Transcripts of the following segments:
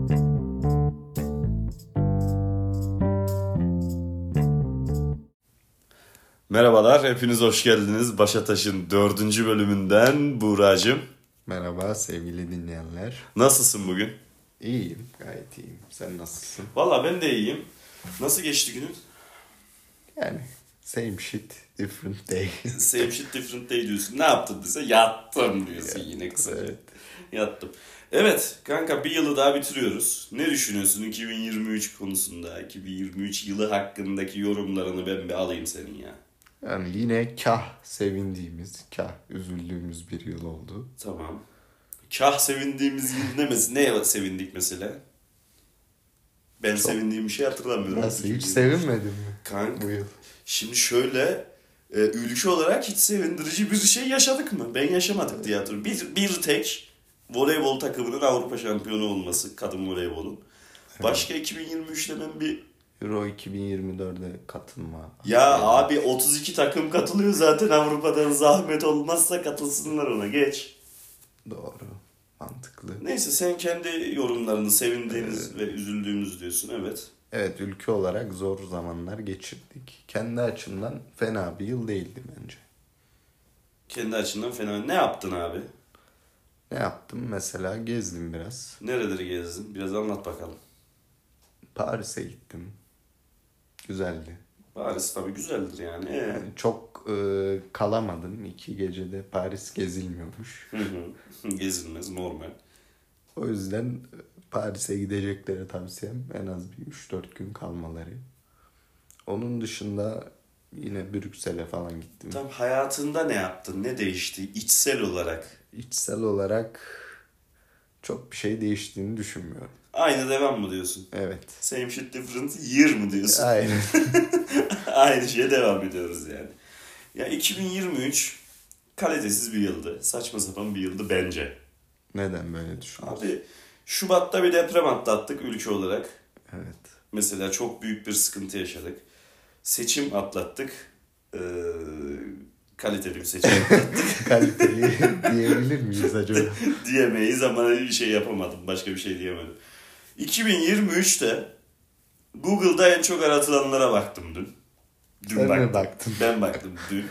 Merhabalar, hepiniz hoş geldiniz. Başataş'ın 4. bölümünden Buğra'cığım. Merhaba sevgili dinleyenler. Nasılsın bugün? İyiyim, gayet iyiyim. Sen nasılsın? Valla ben de iyiyim. Nasıl geçti günün? Yani same shit, different day. Same shit different day diyorsun. Ne yaptın bize? Yattım diyorsun yine kısaca. Evet. Yattım. Evet kanka, bir yılı daha bitiriyoruz. Ne düşünüyorsun 2023 konusunda? 2023 yılı hakkındaki yorumlarını ben bir alayım senin ya. Yani yine kah sevindiğimiz, kah üzüldüğümüz bir yıl oldu. Tamam. Kah sevindiğimiz yıl neye sevindik mesela? Ben sevindiğim bir şey hatırlamıyorum. Nasıl, hiç sevinmedin mi Kanka, bu yıl? şimdi şöyle, ülke olarak hiç sevindirici bir şey yaşadık mı? Ben yaşamadık diye hatırlıyorum. Bir tek voleybol takımının Avrupa şampiyonu olması, kadın voleybolun. Başka 2023'te ben bir... Euro 2024'e katılma. Ya abi 32 takım katılıyor zaten Avrupa'dan, zahmet olmazsa katılsınlar ona, geç. Doğru, mantıklı. Neyse, sen kendi yorumlarını, sevindiğiniz ve üzüldüğünüz diyorsun, evet. Evet, ülke olarak zor zamanlar geçirdik. Kendi açımdan fena bir yıl değildi bence. Kendi açından fena. Ne yaptın abi? Ne yaptım? Mesela gezdim biraz. Nereleri gezdin? Biraz anlat bakalım. Paris'e gittim. Güzeldi. Paris tabii güzeldir yani. Yani çok kalamadım. 2 gecede Paris gezilmiyormuş. Gezilmez, normal. O yüzden Paris'e gideceklere tavsiyem en az bir 3-4 gün kalmaları. Onun dışında yine Brüksel'e falan gittim. Tam hayatında ne yaptın? Ne değişti içsel olarak? İçsel olarak çok bir şey değiştiğini düşünmüyorum. Aynı devam mı diyorsun? Evet. Same shit different year mı diyorsun? Aynen. Aynı şeye devam ediyoruz yani. Ya 2023 kalitesiz bir yıldı. Saçma sapan bir yıldı bence. Neden böyle düşünüyorsun? Abi Şubat'ta bir deprem atlattık ülke olarak. Evet. Mesela çok büyük bir sıkıntı yaşadık. Seçim atlattık. Kaliteli bir seçim atlattık. Kaliteli diyebilir miyiz acaba? Diyemeyiz ama bir şey yapamadım. Başka bir şey diyemedim. 2023'te Google'da en çok aratılanlara baktım dün. Sen mi baktın? Ben baktım dün.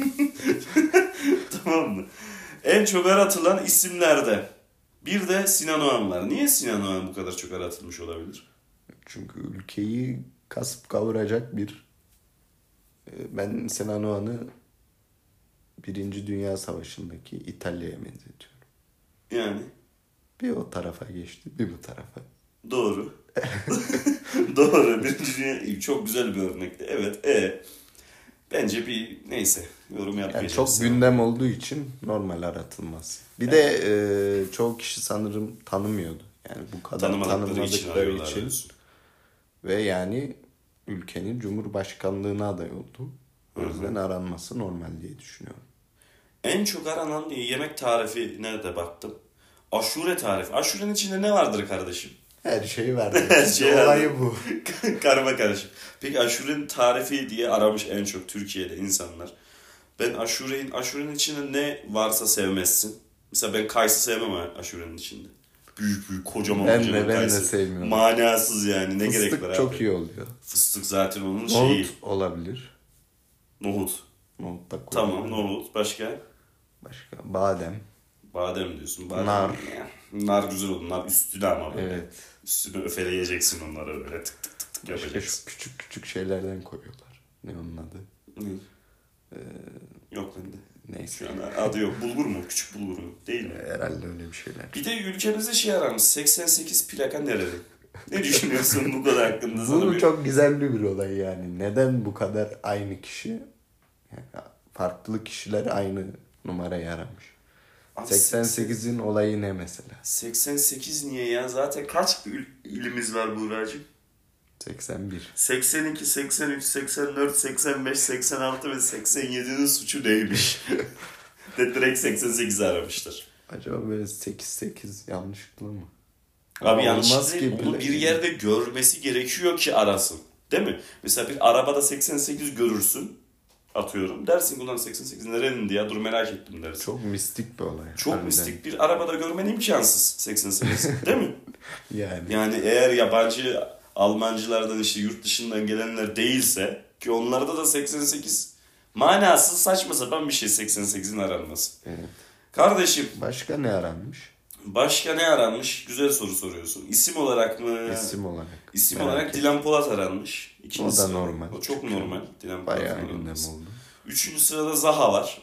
Tamam mı? En çok aratılan isimlerde bir de Sinan Oğan var. Niye Sinan Oğan bu kadar çok aratılmış olabilir? Çünkü ülkeyi kasıp kavuracak bir... Ben Sinan Oğan'ı Birinci Dünya Savaşı'ndaki İtalya'ya benzetiyorum. Yani? Bir o tarafa geçti, bir bu tarafa. Doğru. Doğru. Çok güzel bir örnekti. Evet. Bence bir neyse yorum yapmayacağız. Yani çok gündem olduğu için normal aratılmaz. Bir de çoğu kişi sanırım tanımıyordu. Yani bu kadar tanımadıkları için. Ve yani ülkenin cumhurbaşkanlığına aday oldu. O yüzden aranması normal diye düşünüyorum. En çok aranan yemek tarifine de baktım. Aşure tarifi. Aşurenin içinde ne vardır kardeşim? Her şey vardı. Her şey olayı vardı. bu. Karma karışık. Peki aşurenin tarifi diye aramış en çok Türkiye'de insanlar. Ben aşurenin içinde ne varsa sevmezsin. Mesela ben kayısı sevmem aşurenin içinde. Büyük kocaman kayısı. Ben de sevmiyorum. Manasız yani, ne Fıstık gerek var abi. çok iyi oluyor. Fıstık zaten onun Nohut şeyi. olabilir. Nohut. Nohut da Tamam, nohut. Başka badem. Badem diyorsun. Badem. Nar. Nar güzel olur. Nar üstüne ama böyle. Evet. Üstüne öfeleyeceksin onları böyle tık tık tık Başka yapacaksın. şu küçük şeylerden koyuyorlar. Ne onun adı? Yok bende. Neyse. Şu an adı yok. Bulgur mu? Küçük bulgur mu? Değil mi? Herhalde öyle bir şeyler. Bir de ülkemizde şey aramış. 88 plaka nerede? Ne düşünüyorsun bu kadar hakkında? Bu çok gizemli bir olay yani. Neden bu kadar aynı kişi, yani farklı kişiler aynı numarayı aramış? 88'in olayı ne mesela? 88 niye ya? Zaten kaç ilimiz var Buğra'cığım? 81. 82, 83, 84, 85, 86 ve 87'nin suçu neymiş? Direkt 88 aramıştır. Acaba böyle 8 yanlışlıkla mı? Abi yanlış değil. Onu bir yerde görmesi gerekiyor ki arasın. Değil mi? Mesela bir arabada 88 görürsün. atıyorum. Dersin bundan 88 nerenin diye, dur merak ettim dersin. Çok mistik bir olay. Çok harbiden mistik bir arabada görmen imkansız 88 değil mi? Yani. Yani eğer yabancı Almancılardan işte yurt dışından gelenler değilse, ki onlarda da 88 manasız saçma sapan bir şey 88'in aranması. Evet. Kardeşim. Başka ne aranmış? Başka ne aranmış? Güzel soru soruyorsun. İsim olarak mı? İsim olarak. İsim olarak Dilan Polat aranmış. O da normal. O çok normal. Dilan Polat bayağı gündem oldu. 3. sırada Zaha var.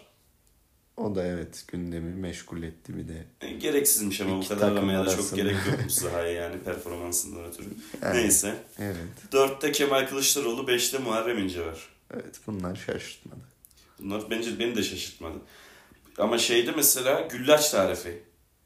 O da evet gündemi meşgul etti bir de. Gereksizmiş ama bu kadar aramaya da çok gerek yokmuş Zaha'ya yani performansından ötürü. Yani, neyse. Evet. 4'te Kemal Kılıçdaroğlu, 5'te Muharrem İnce var. Evet, bunlar şaşırtmadı. Bunlar bence beni de şaşırtmadı. Ama şeyde mesela güllaç tarifi.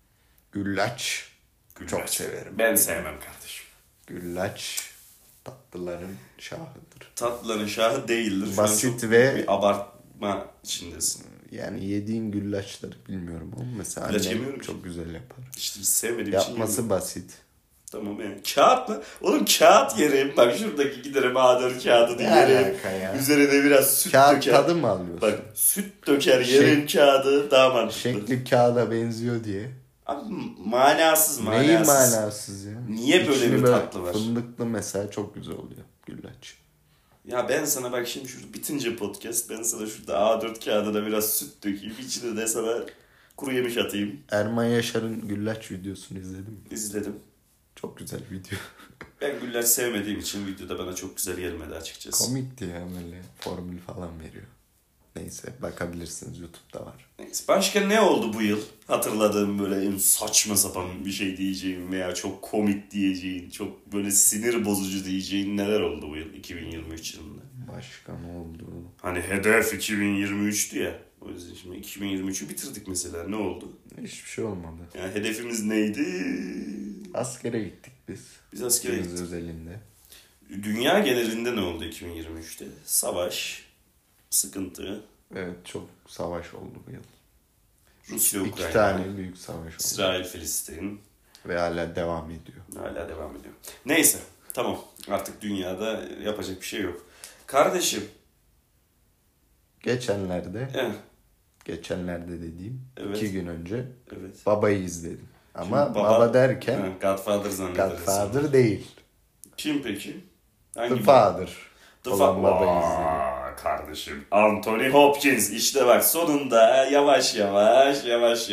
Güllaç. Çok severim. Ben sevmem kardeşim. Güllaç tatlıların şahıdır. Tatlıların şahı değildir. Basit ve bir abartma içindesin. Yani yediğin güllaçları bilmiyorum ama mesela annem çok güzel yapar. İşte sevmediğim yapması basit. Tamam yani. Kağıt mı? Oğlum kağıt yerim. Bak şuradaki giderim A4 kağıdını yerim. Üzerine biraz süt kağıt döker. Kağıt tadı mı alıyorsun? Bak süt döker yerim kağıdı. Daha mantıklı. Şekli kağıda benziyor diye. Abi manasız. Neyi manasız ya? Niye böyle İçini bir tatlı var? Fındıklı mesela çok güzel oluyor güllaç. Ya ben sana bak şimdi şurada bitince podcast ben sana şurada A4 kağıdına biraz süt dökeyim. İçine de sana kuru yemiş atayım. Erman Yaşar'ın güllaç videosunu izledin mi? İzledim. Çok güzel video. Ben güllaç sevmediğim için videoda bana çok güzel gelmedi açıkçası. Komikti ya böyle formül falan veriyor. Neyse bakabilirsiniz YouTube'da var. Neyse başka ne oldu bu yıl? Hatırladığım böyle saçma sapan bir şey diyeceğim veya çok komik diyeceğin, çok böyle sinir bozucu diyeceğin neler oldu bu yıl 2023 yılında? Başka ne oldu? Hani hedef 2023'tü ya. O yüzden şimdi 2023'ü bitirdik mesela. Ne oldu? Hiçbir şey olmadı. Yani hedefimiz neydi? Askere gittik biz. Biz askere gittik. Özelinde. Dünya genelinde ne oldu 2023'te? Savaş, sıkıntı. Evet çok savaş oldu bu yıl. Rusya, Ukrayna. 2 tane büyük savaş oldu. İsrail, Filistin. Ve hala devam ediyor. Hala devam ediyor. Neyse tamam artık dünyada yapacak bir şey yok. Kardeşim. Geçenlerde dediğim evet. 2 gün önce evet. Baba'yı izledim. Ama baba derken Godfather zannedersin. Godfather değil. Kim peki? Hangi The Father. The Father. Kardeşim. Anthony Hopkins. İşte bak sonunda yavaş yavaş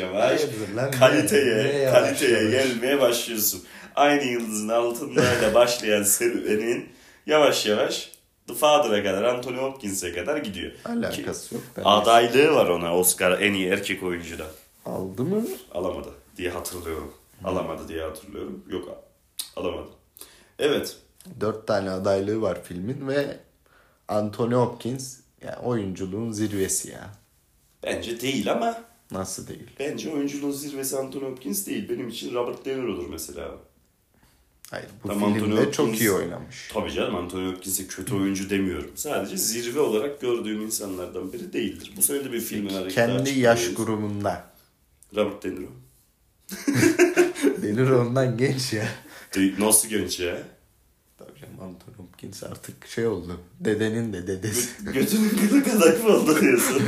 kaliteye gelmeye başlıyorsun. Aynı yıldızın altındayla başlayan serüvenin yavaş yavaş The Father'a kadar, Anthony Hopkins'e kadar gidiyor. Alakası yok. Adaylığı var ona Oscar en iyi erkek oyuncuda. Aldı mı? Alamadı diye hatırlıyorum. Alamadı diye hatırlıyorum. Yok alamadı. Evet. 4 tane adaylığı var filmin ve Anthony Hopkins yani oyunculuğun zirvesi ya. Bence değil ama. Nasıl değil? Bence oyunculuğun zirvesi Anthony Hopkins değil. Benim için Robert De Niro'dur mesela. Hayır bu filmde çok iyi oynamış. Tabii canım Anthony Hopkins'e kötü oyuncu demiyorum. Sadece zirve olarak gördüğüm insanlardan biri değildir. Bu sene de bir filmin hareketi. Kendi yaş grubunda. Robert De Niro. De Niro ondan genç ya. Nasıl genç ya? Tabii canım Anthony Hopkins artık şey oldu. Dedenin de dedesi. Götünün kılı kadar mı oldu diyorsun?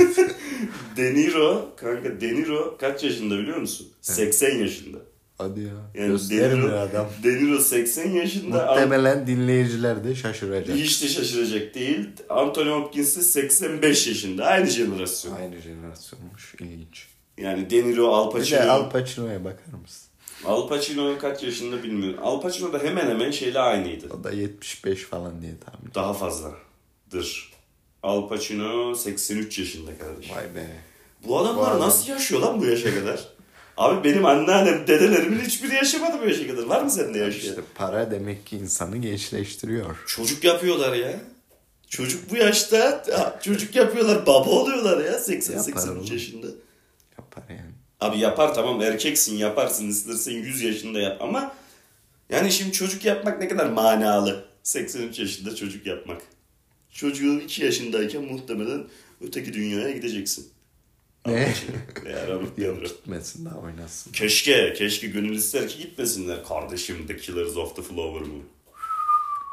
De Niro, kanka De Niro kaç yaşında biliyor musun? Evet. 80 yaşında. Hadi ya. Yani gösterim adam. De Niro 80 yaşında. Muhtemelen dinleyiciler de şaşıracak. Hiç de şaşıracak değil. Anthony Hopkins de 85 yaşında. Aynı jenerasyon. Aynı jenerasyonmuş. İlginç. Yani De Niro, Al Pacino. Bir de Al Pacino'ya bakar mısın? Al Pacino kaç yaşında bilmiyorum. Al Pacino da hemen hemen şeyle aynıydı. O da 75 falan diye tahmin. Daha fazladır. Al Pacino 83 yaşında kardeşim. Vay be. Bu adamlar nasıl yaşıyor lan bu yaşa kadar? Abi benim anneannem, dedelerimin hiçbiri yaşamadı bu yaşa kadar. Var mı sende yaşayan? İşte para demek ki insanı gençleştiriyor. Çocuk yapıyorlar ya. Çocuk bu yaşta çocuk yapıyorlar. Baba oluyorlar ya 80-83 yaşında. Yapar yani. Abi yapar tamam erkeksin yaparsın istersen 100 yaşında yap ama yani şimdi çocuk yapmak ne kadar manalı. 83 yaşında çocuk yapmak. Çocuğun 2 yaşındayken muhtemelen öteki dünyaya gideceksin. Ne? Yok gitmesin daha oynasın. Keşke gönül ister ki gitmesinler. Kardeşim The Killers of the Flower Moon.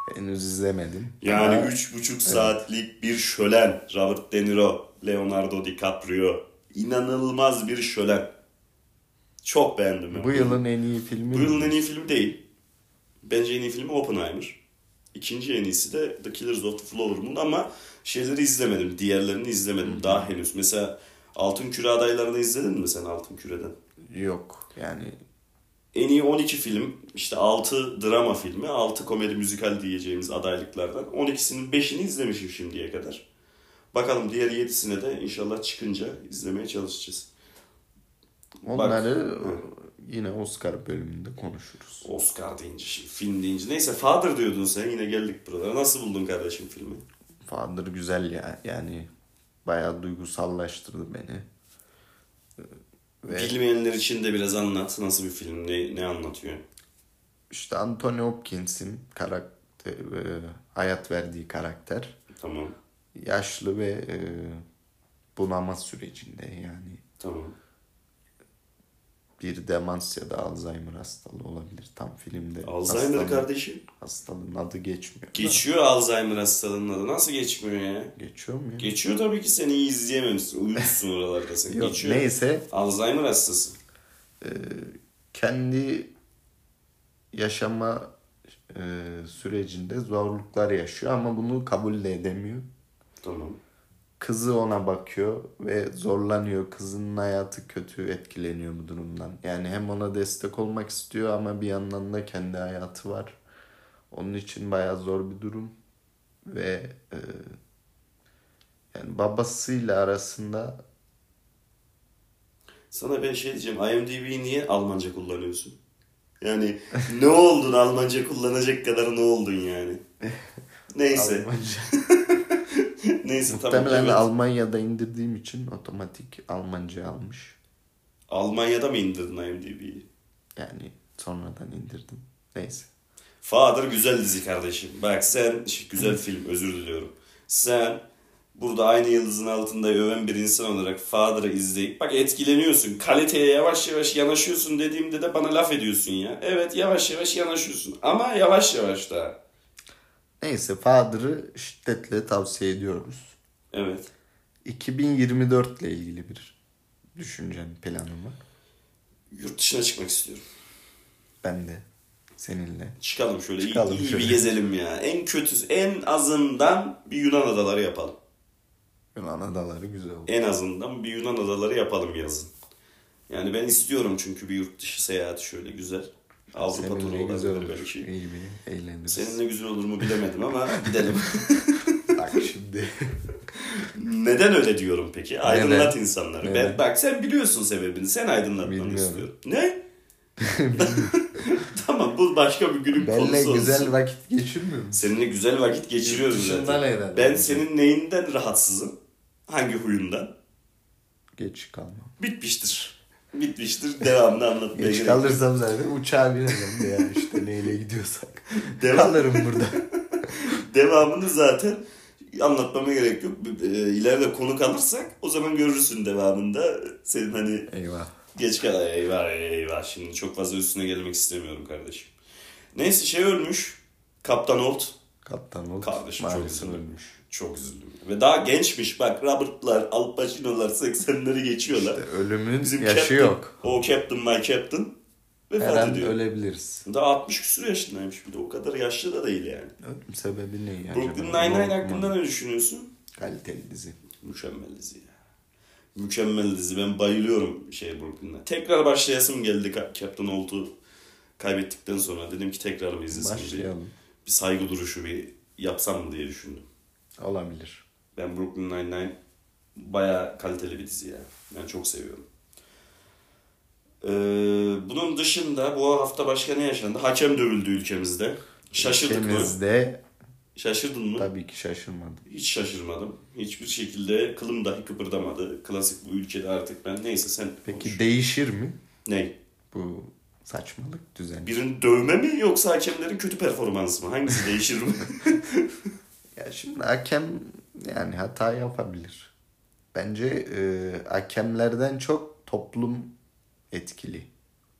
Henüz izlemedim. Yani Ama 3,5 saatlik bir şölen. Robert De Niro, Leonardo DiCaprio. İnanılmaz bir şölen. Çok beğendim. Ben. bu yılın en iyi filmi Bu yılın en iyi mi? filmi değil. Bence en iyi filmi Oppenheimer. İkinci en iyisi de The Killers of the Flower Moon ama şeyleri izlemedim. Diğerlerini izlemedim daha henüz. Mesela Altın Küre adaylarını izledin mi sen Altın Küre'den? Yok yani En iyi 12 film, işte 6 drama filmi, 6 komedi müzikal diyeceğimiz adaylıklardan 12'sinin 5'ini izlemişim şimdiye kadar. Bakalım diğer 7'sine de inşallah çıkınca izlemeye çalışacağız. onları yine Oscar bölümünde konuşuruz. Oscar deyince, şimdi film deyince. Neyse Father diyordun sen, yine geldik buralara. Nasıl buldun kardeşim filmi? Father güzel ya. Yani bayağı duygusallaştırdı beni. Ve Bilmeyenler için de biraz anlat. Nasıl bir film, ne anlatıyor? işte Anthony Hopkins'in hayat verdiği karakter Tamam, yaşlı ve bunama sürecinde, yani tamam. bir demans ya da Alzheimer hastalığı olabilir. Tam filmde Alzheimer kardeşim. hastalığın adı geçmiyor. Geçiyor Alzheimer hastalığının adı. Nasıl geçmiyor ya? Geçiyor mu ya? Geçiyor tabii ki, sen iyi izleyememişsin. Uyumuşsun oralarda sen. Yok, Geçiyor. neyse Alzheimer hastası. kendi yaşama sürecinde zorluklar yaşıyor ama bunu kabul de edemiyor. Tamam. Kızı ona bakıyor ve zorlanıyor. Kızının hayatı kötü etkileniyor bu durumdan. Yani hem ona destek olmak istiyor ama bir yandan da kendi hayatı var. Onun için bayağı zor bir durum. Ve yani babasıyla arasında Sana ben şey diyeceğim. IMDb'yi niye Almanca kullanıyorsun? Yani ne oldun Almanca kullanacak kadar ne oldun yani? Neyse. Almanca. Neyse tamam. Muhtemelen Evet. Almanya'da indirdiğim için otomatik Almanca almış. Almanya'da mı indirdin IMDb'yi? Yani sonradan indirdim. Neyse. Father güzel dizi kardeşim. Bak sen, güzel film, özür diliyorum. Sen burada aynı yıldızın altında öven bir insan olarak Father'ı izleyip bak etkileniyorsun. Kaliteye yavaş yavaş yanaşıyorsun dediğimde de bana laf ediyorsun ya. Evet, yavaş yavaş yanaşıyorsun ama yavaş yavaş da. Neyse, Father'ı şiddetle tavsiye ediyoruz. Evet. 2024 ile ilgili bir düşüncen, planın var. Yurt dışına çıkmak istiyorum. Ben de seninle. Çıkalım şöyle, Çıkalım iyi şöyle. bir gezelim ya. En kötüsü, en azından bir Yunan adaları yapalım. Yunan adaları güzel oldu. En azından bir Yunan adaları yapalım yazın. Yani ben istiyorum çünkü bir yurt dışı seyahati şöyle güzel. Avrupa turu Seninle güzel olabilir olur. belki. İyi bir eğleniriz. Seninle güzel olur mu bilemedim ama gidelim. Bak şimdi. Neden öyle diyorum peki? Aydınlat insanları. Neden? Bak sen biliyorsun sebebini. Sen aydınlatmanı Bilmiyorum. istiyorum. Ne? Tamam, bu başka bir günün Benle konusu güzel olsun. vakit geçirmiyor musun? Seninle güzel vakit geçiriyoruz Yurt dışından zaten. herhalde. Ben senin neyinden rahatsızım? Hangi huyundan? Geç kalmam. Bitmiştir. Bitmiştir. Devamını anlatmaya Geç gerek yok. kalırsam zaten uçağa binerim de ya, işte neyle gidiyorsak. Devam. Kalırım burada. Devamını zaten anlatmama gerek yok. İleride konu kalırsak o zaman görürsün devamında. Senin hani Eyvah. geç kal, eyvah. Şimdi çok fazla üstüne gelmek istemiyorum kardeşim. Neyse, şey ölmüş. Kaptan Holt. Kaptan Holt Kardeşim çok maalesef üzüldüm. ölmüş. Çok üzüldüm. Ve daha gençmiş bak. Robert'lar, Al Pacino'lar 80'leri geçiyorlar. İşte ölümün Bizim yaşı Captain, yok. o Captain, my Captain Her vefat an ediyor. ölebiliriz. Daha 60 küsur yaşındaymış bir de. O kadar yaşlı da değil yani. Ölüm sebebi ne ya? Brooklyn Nine-Nine hakkında ne düşünüyorsun? Kaliteli dizi. Mükemmel dizi ya. Mükemmel dizi. Ben bayılıyorum Brooklyn'e. Tekrar başlayasım geldi Captain Holt'u kaybettikten sonra. Dedim ki tekrar bir izlesin diye. Başlayalım. Bir saygı duruşu bir yapsam mı diye düşündüm. Olabilir. Ben Brooklyn Nine-Nine bayağı kaliteli bir dizi ya. Ben çok seviyorum. Bunun dışında bu hafta başka ne yaşandı? Hakem dövüldü ülkemizde. Şaşırdık mı? Ülkemizde Şaşırdın mı? tabii ki şaşırmadım. Hiç şaşırmadım. Hiçbir şekilde kılım dahi kıpırdamadı. Klasik bu ülkede artık ben. Neyse sen Peki konuş. değişir mi Ne? bu saçmalık düzen? Birini dövme mi yoksa hakemlerin kötü performansı mı? Hangisi değişir mi? Ya şimdi hakem yani hata yapabilir. Bence hakemlerden çok toplum etkili.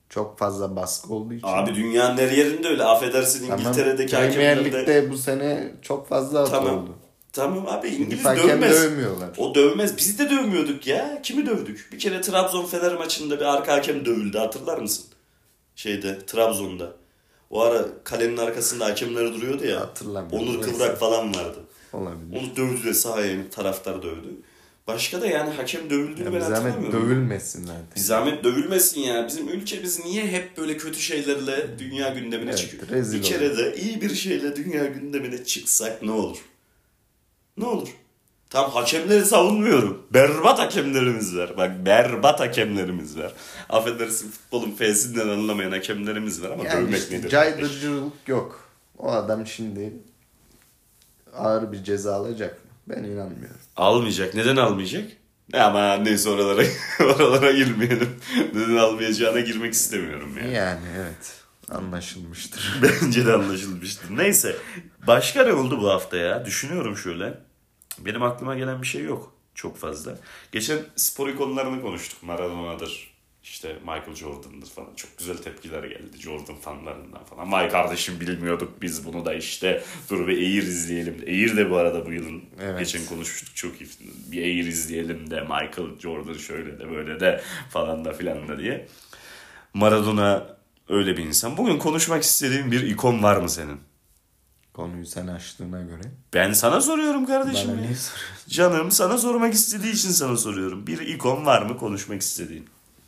çok fazla baskı olduğu için. Abi dünyanın her yerinde öyle. Affedersin İngiltere'deki Premier hakemlerde. Lig'de bu sene çok fazla hata oldu. Tamam abi, İngiliz hakem dövmez. dövmüyorlar. O dövmez. Biz de dövmüyorduk ya. Kimi dövdük? Bir kere Trabzon-Fener maçında bir arka hakem dövüldü, hatırlar mısın? Trabzon'da. O ara kalenin arkasında hakemleri duruyordu ya. Hatırlamıyorum. Onur Kıvrak falan vardı. Olabilir. Onu dövdü de sahaya taraftar dövdü. Başka da yani hakem dövüldüğünü ben hatırlamıyorum. Bir zahmet dövülmesin zaten. Bir zahmet dövülmesin ya. Bizim ülkemiz niye hep böyle kötü şeylerle dünya gündemine çıkıyor? Bir kere de iyi bir şeyle dünya gündemine çıksak ne olur? Ne olur? Tam hakemleri savunmuyorum. Berbat hakemlerimiz var. Bak, berbat hakemlerimiz var. Affedersin, futbolun fesinden anlamayan hakemlerimiz var ama yani dövmek işte nedir? Caydırıcılık yok. O adam şimdi ağır bir ceza alacak mı? Ben inanmıyorum. Almayacak. Neden almayacak? Ama neyse, oralara girmeyelim. Neden almayacağına girmek istemiyorum yani. Yani evet. Anlaşılmıştır. Bence de anlaşılmıştır. Neyse. Başka ne oldu bu hafta ya? Düşünüyorum şöyle. Benim aklıma gelen bir şey yok. Çok fazla. Geçen spor ikonlarını konuştuk. Maradona'dır, İşte Michael Jordan'dır falan. Çok güzel tepkiler geldi Jordan fanlarından falan. Vay kardeşim, bilmiyorduk biz bunu da işte. Dur bir Air izleyelim. Air de bu arada bu yılın, evet, geçen konuşmuştuk, çok iyi. Bir Air izleyelim de Michael Jordan şöyle de böyle de falan da filan da diye. Maradona öyle bir insan. Bugün konuşmak istediğin bir ikon var mı senin? Konuyu sen açtığına göre. Ben sana soruyorum kardeşim. Bana niye soruyorsun? Canım sana sormak istediği için sana soruyorum. Bir ikon var mı konuşmak istediğin?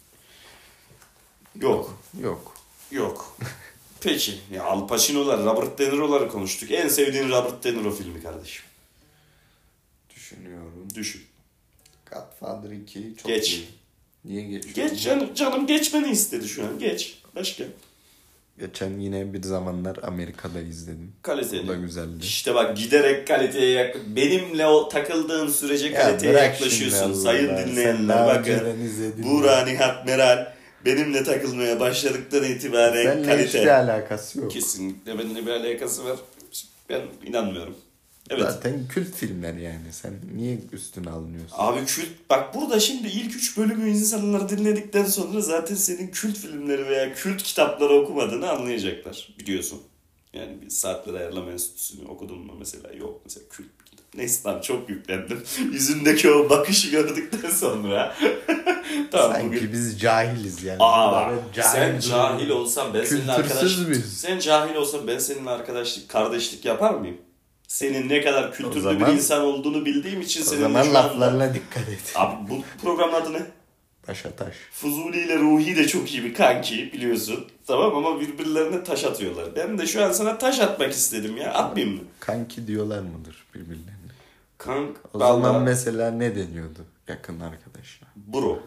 Yok. Yok. Peki. Ya Al Pacino'lar, Robert De Niro'ları konuştuk. En sevdiğin Robert De Niro filmi kardeşim? Düşünüyorum. Düşün. Godfather 2 çok Geç. iyi. Niye geçiyor? Geç canım geçmeni istedi şu an. Geç. Başka? Geçen yine bir zamanlar Amerika'da izledim. Kaliteli. O da güzeldi. İşte bak, giderek kaliteye benimle o takıldığın sürece kaliteye yaklaşıyorsun. Sayın dinleyenler bakın. Buğra, Nihat, Meral benimle takılmaya başladıktan itibaren seninle kalite. Seninle hiçbir alakası yok. Kesinlikle benimle bir alakası var. Ben inanmıyorum. Evet. Zaten kült filmler yani. Sen niye üstüne alınıyorsun? Abi kült. Bak burada şimdi ilk 3 bölümü insanlar dinledikten sonra zaten senin kült filmleri veya kült kitapları okumadığını anlayacaklar. Biliyorsun. Yani bir Saatler Ayarlama Enstitüsü'nü okudun mu mesela? Yok mesela kült. Neyse tamam, çok yüklendim. Yüzündeki o bakışı gördükten sonra. Tamam, sanki bugün biz cahiliz yani. Sen cahil olsan ben seninle arkadaşlık... Müyüz? Sen cahil olsan ben seninle arkadaşlık, kardeşlik yapar mıyım? Senin ne kadar kültürlü bir insan olduğunu bildiğim için senin şu anda... laflarına dikkat et. Abi bu programın adı ne? Başa taş. Fuzuli ile Ruhi de çok iyi bir kanki biliyorsun. Tamam ama birbirlerine taş atıyorlar. Ben de şu an sana taş atmak istedim ya. Atmayayım mı? Kanki diyorlar mıdır birbirlerine? O vallahi... zaman mesela ne deniyordu yakın arkadaşına? Bro.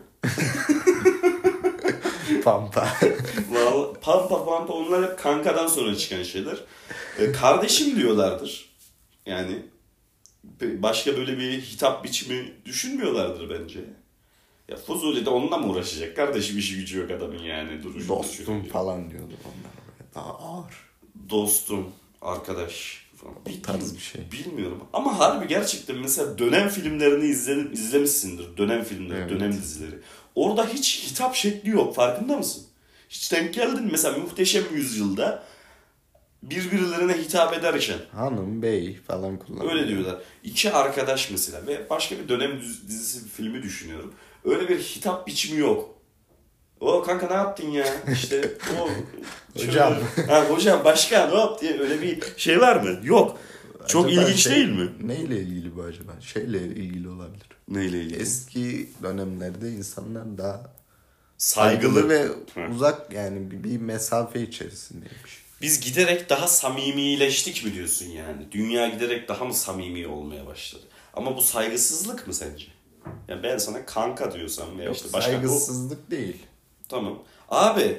Pampa. Pampa onlar hep kankadan sonra çıkan şeyler. Kardeşim diyorlardır. Yani başka böyle bir hitap biçimi düşünmüyorlardır bence. Ya Fuzuli de onunla mı uğraşacak? Kardeşim, işi gücü yok adamın yani. Dostum falan diyordu onlar. Daha ağır. Dostum, arkadaş falan. Bu tarz bir şey. Bilmiyorum. Ama harbi gerçekten mesela dönem filmlerini izlemişsindir. Dönem filmleri, evet, dönem dizileri. Orada hiç hitap şekli yok. Farkında mısın? Hiç denk geldin mi? Mesela Muhteşem Yüzyıl'da birbirlerine hitap ederken. Hanım, bey falan kullanıyor. Öyle diyorlar. İki arkadaş mesela ve başka bir dönem dizisi, filmi düşünüyorum. Öyle bir hitap biçimi yok. O kanka ne yaptın ya? İşte o hocam. Hocam başka ne yaptı diye öyle bir şey var mı? Yok. Çok acaba ilginç değil mi? Neyle ilgili bu acaba? Şeyle ilgili olabilir. Neyle ilgili? Eski dönemlerde insanlar daha saygılı ve uzak, yani bir mesafe içerisindeymiş. Biz giderek daha samimileştik mi diyorsun yani? Dünya giderek daha mı samimi olmaya başladı? Ama bu saygısızlık mı sence? Yani ben sana kanka diyorsam veya işte başka... Saygısızlık değil. Tamam. Abi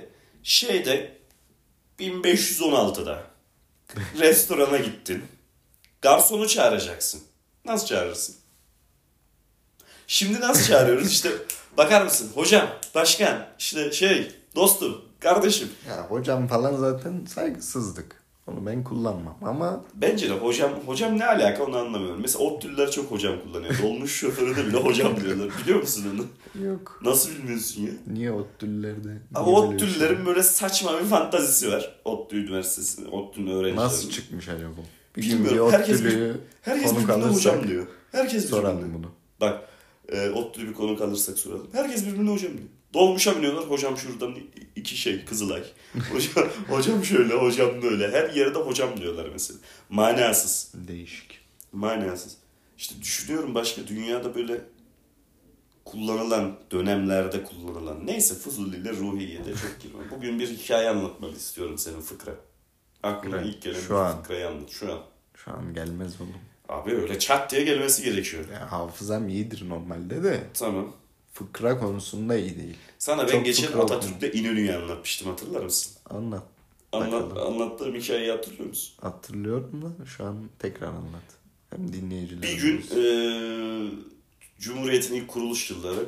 1516'da restorana gittin. Garsonu çağıracaksın. Nasıl çağırırsın? Şimdi nasıl çağırıyoruz? İşte bakar mısın? Hocam, başkan, işte dostum, kardeşim. Ya hocam falan zaten saygısızlık. Onu ben kullanmam ama... Bence de hocam ne alaka onu anlamıyorum. Mesela ODTÜ'lüler çok hocam kullanıyor. Dolmuş şoförü de bile hocam diyorlar. Biliyor musun onu? Yok. Nasıl bilmiyorsun ya? Niye ODTÜ'lülerde? Ama ODTÜ'lülerin böyle saçma bir fantazisi var. ODTÜ Üniversitesi'nin, ODTÜ'nün öğrencilerinin. Nasıl çıkmış acaba bu? Bilmiyorum. Herkes birbirine hocam diyor. Herkes soralım bunu. Bak ODTÜ'lü bir konuk alırsak soralım. Herkes birbirine hocam diyor. Dolmuşa biniyorlar. Hocam şuradan 2 Kızılay. Hocam şöyle, hocam böyle. Her yere de hocam diyorlar mesela. Manasız. Değişik. Manasız. İşte düşünüyorum başka dünyada böyle kullanılan, dönemlerde kullanılan. Neyse Fuzuli ile Ruhiye'de çok girmem. Bugün bir hikaye anlatmanı istiyorum senin fıkra. Aklına ilk gelen bir fıkrayı anlat şu an. Şu an gelmez oğlum. Abi öyle çat diye gelmesi gerekiyor. Ya, hafızam iyidir normalde de. Tamam. Fıkra konusunda iyi değil. Sana ben geçen Atatürk'te İnönü'yü anlatmıştım, hatırlar mısın? Anlat. Anlattığım hikayeyi hatırlıyor musun? Hatırlıyorum da şu an tekrar anlat. Hem dinleyiciler. Bir gün Cumhuriyet'in ilk kuruluş yılları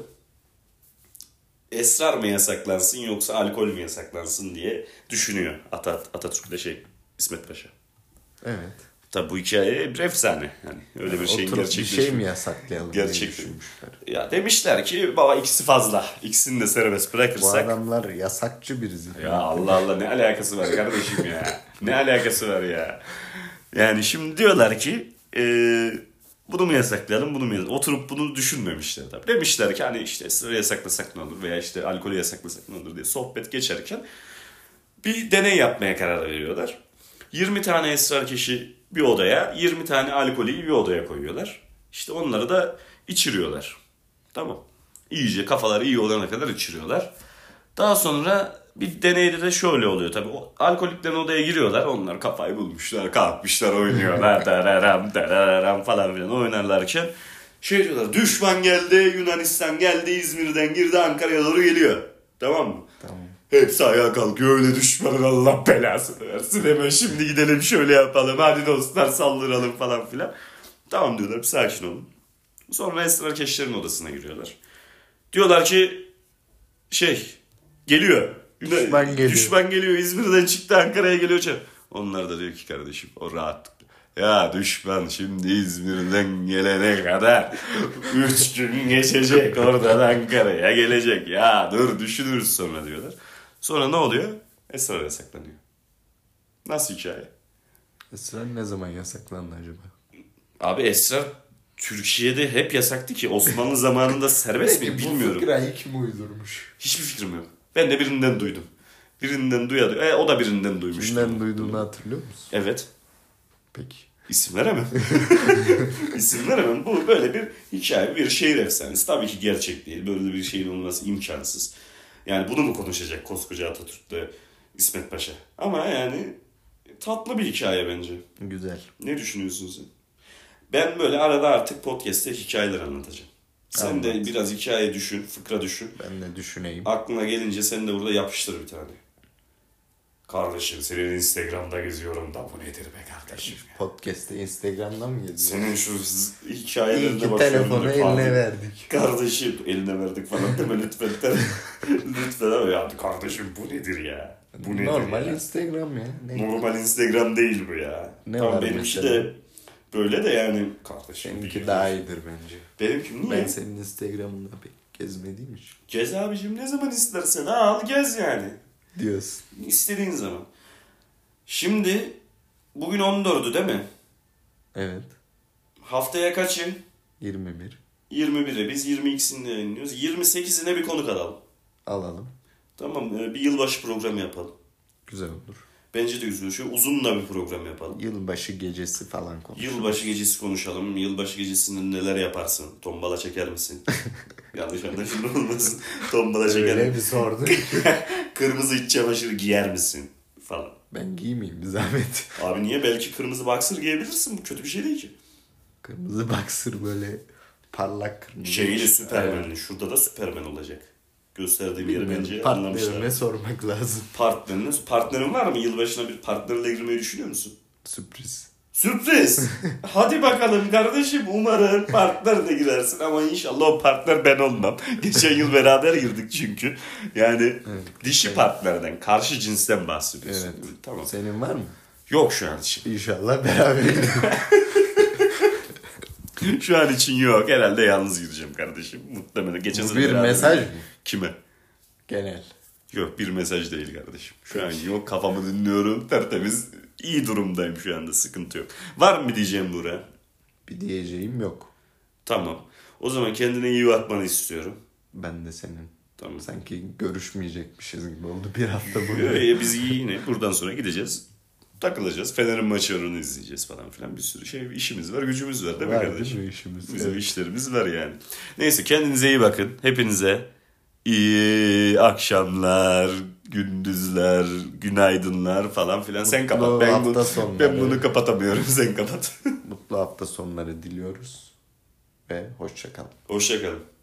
esrar mı yasaklansın yoksa alkol mü yasaklansın diye düşünüyor Atatürk'le İsmet Paşa. Evet. Tabi bu hikaye bir efsane. Yani öyle bir şeyin gerçekleşmiş. Bir şey mi yasaklayalım diye düşünmüşler. Ya demişler ki baba ikisi fazla. İkisini de serbest bırakırsak. Bu adamlar yasakçı birisi. Ya Allah Allah ne alakası var kardeşim ya. Ne alakası var ya. Yani şimdi diyorlar ki bunu mu yasaklayalım bunu mu yasaklayalım. Oturup bunu düşünmemişler tabii. Demişler ki hani işte esrarı yasaklasak ne olur veya işte alkolü yasaklasak ne olur diye sohbet geçerken bir deney yapmaya karar veriyorlar. 20 tane esrarkeşi bir odaya, 20 tane alkolü bir odaya koyuyorlar. İşte onları da içiriyorlar. Tamam. İyice kafaları iyi olana kadar içiriyorlar. Daha sonra bir deneyde de şöyle oluyor tabii. O alkoliklerin odaya giriyorlar. Onlar kafayı bulmuşlar, kalkmışlar, oynuyorlar. Dararam falan filan oynarlarken diyorlar. Düşman geldi, Yunanistan geldi, İzmir'den girdi, Ankara'ya doğru geliyor. Tamam mı? Tamam. Hepsi ayağa kalkıyor. Öyle düşmanın Allah belasını versin. Hemen şimdi gidelim şöyle yapalım. Hadi dostlar saldıralım falan filan. Tamam diyorlar. Bir sakin olun. Sonra esrarkeşlerin odasına giriyorlar. Diyorlar ki geliyor. Düşman geliyor. İzmir'den çıktı Ankara'ya geliyor. Onlar da diyor ki kardeşim o rahat. Ya düşman şimdi İzmir'den gelene kadar 3 gün geçecek oradan Ankara'ya gelecek. Ya dur düşünürüz sonra diyorlar. Sonra ne oluyor? Esrar yasaklanıyor. Nasıl hikaye? Esrar ne zaman yasaklandı acaba? Abi esrar Türkiye'de hep yasaktı ki. Osmanlı zamanında serbest mi bilmiyorum. Bu fıkrayı kim uydurmuş? Hiçbir fikrim yok. Ben de birinden duydum. Birinden duyadı. O da birinden duymuştu. Kimden duyduğunu hatırlıyor musun? Evet. Peki. İsim veremem. İsim veremem. Bu böyle bir hikaye, bir şehir efsanesi. Tabii ki gerçek değil. Böyle bir şeyin olması imkansız. Yani bunu mu konuşacak koskoca Atatürk'te İsmet Paşa? Ama yani tatlı bir hikaye bence. Güzel. Ne düşünüyorsun sen? Ben böyle arada artık podcast'te hikayeler anlatacağım. Sen Anlat. De biraz hikaye düşün, fıkra düşün. Ben de düşüneyim. Aklına gelince sen de burada yapıştır bir tane. Kardeşim senin Instagram'da geziyorum da bu nedir be kardeşim? Podcast'te Instagram'dan mı geziyorsun? Senin şu hikayelerine bakıyorum. Telefonu eline verdik. Kardeşim eline verdik falan deme lütfen. Lütfen ama ya kardeşim bu nedir ya? Bu nedir normal ya? Instagram ya. Normal Instagram değil bu ya. Ne tamam, var benimki mesela? De böyle de yani kardeşim. Benimki daha iyidir bence. Benimki niye? Ben senin Instagram'ında pek gezmediğim için. Gez abicim ne zaman istersen al gez yani. Diyorsun. İstediğin zaman. Şimdi bugün 14'ü değil mi? Evet. Haftaya kaçı? 21. 21'e biz 22'sinde yayınlıyoruz. 28'ine bir konuk alalım. Alalım. Tamam bir yılbaşı programı yapalım. Güzel olur. Bence de güzel. Şöyle uzun da bir program yapalım. Yılbaşı gecesi falan konuşalım. Yılbaşı gecesi konuşalım. Yılbaşı gecesinde neler yaparsın? Tombala çeker misin? Yanlış anlaşılma olmasın. Tombala çeker misin? Öyle bir sordun ki. Kırmızı iç çamaşırı giyer misin? Falan. Ben giymeyeyim bir zahmet. Abi niye? Belki kırmızı boxer giyebilirsin. Bu kötü bir şey değil ki. Kırmızı boxer böyle parlak kırmızı. Şeyli Süpermen'li. Şurada da Süpermen olacak. Gösterdiğim yeri bence anlamışlar. Partnerime sormak lazım. Partnerin var mı? Yılbaşına bir partnerle girmeyi düşünüyor musun? Sürpriz. Sürpriz. Hadi bakalım kardeşim. Umarım partner de girersin ama inşallah o partner ben olmam. Geçen yıl beraber girdik çünkü. Yani evet, dişi partnerden, karşı cinsten bahsediyorsun. Evet. Tamam. Senin var mı? Yok şu an için. İnşallah beraber gidelim. Şu an için yok. Herhalde yalnız gideceğim kardeşim. Muhtemelen. Geçen Bu sene bir mesaj mı? Kime? Genel. Yok, bir mesaj değil kardeşim. Şu an yok. Kafamı dinliyorum. Tertemiz. İyi durumdayım şu anda. Sıkıntı yok. Var mı diyeceğim Burak? Bir diyeceğim yok. Tamam. O zaman kendine iyi bakmanı istiyorum. Ben de senin. Tamam. Sanki görüşmeyecekmişiz gibi oldu bir hafta boyunca. Biz yine buradan sonra gideceğiz. Takılacağız. Fener'in maçlarını izleyeceğiz falan filan. Bir sürü işimiz var, gücümüz var değil mi kardeşim? Değil mi işimiz? Bizim işlerimiz var yani. Neyse, kendinize iyi bakın. Hepinize iyi akşamlar, gündüzler, günaydınlar falan filan. Mutlu Sen kapat. Ben bunu kapatamıyorum. Sen kapat. Mutlu hafta sonları diliyoruz. Ve hoşça kalın. Hoşça kalın.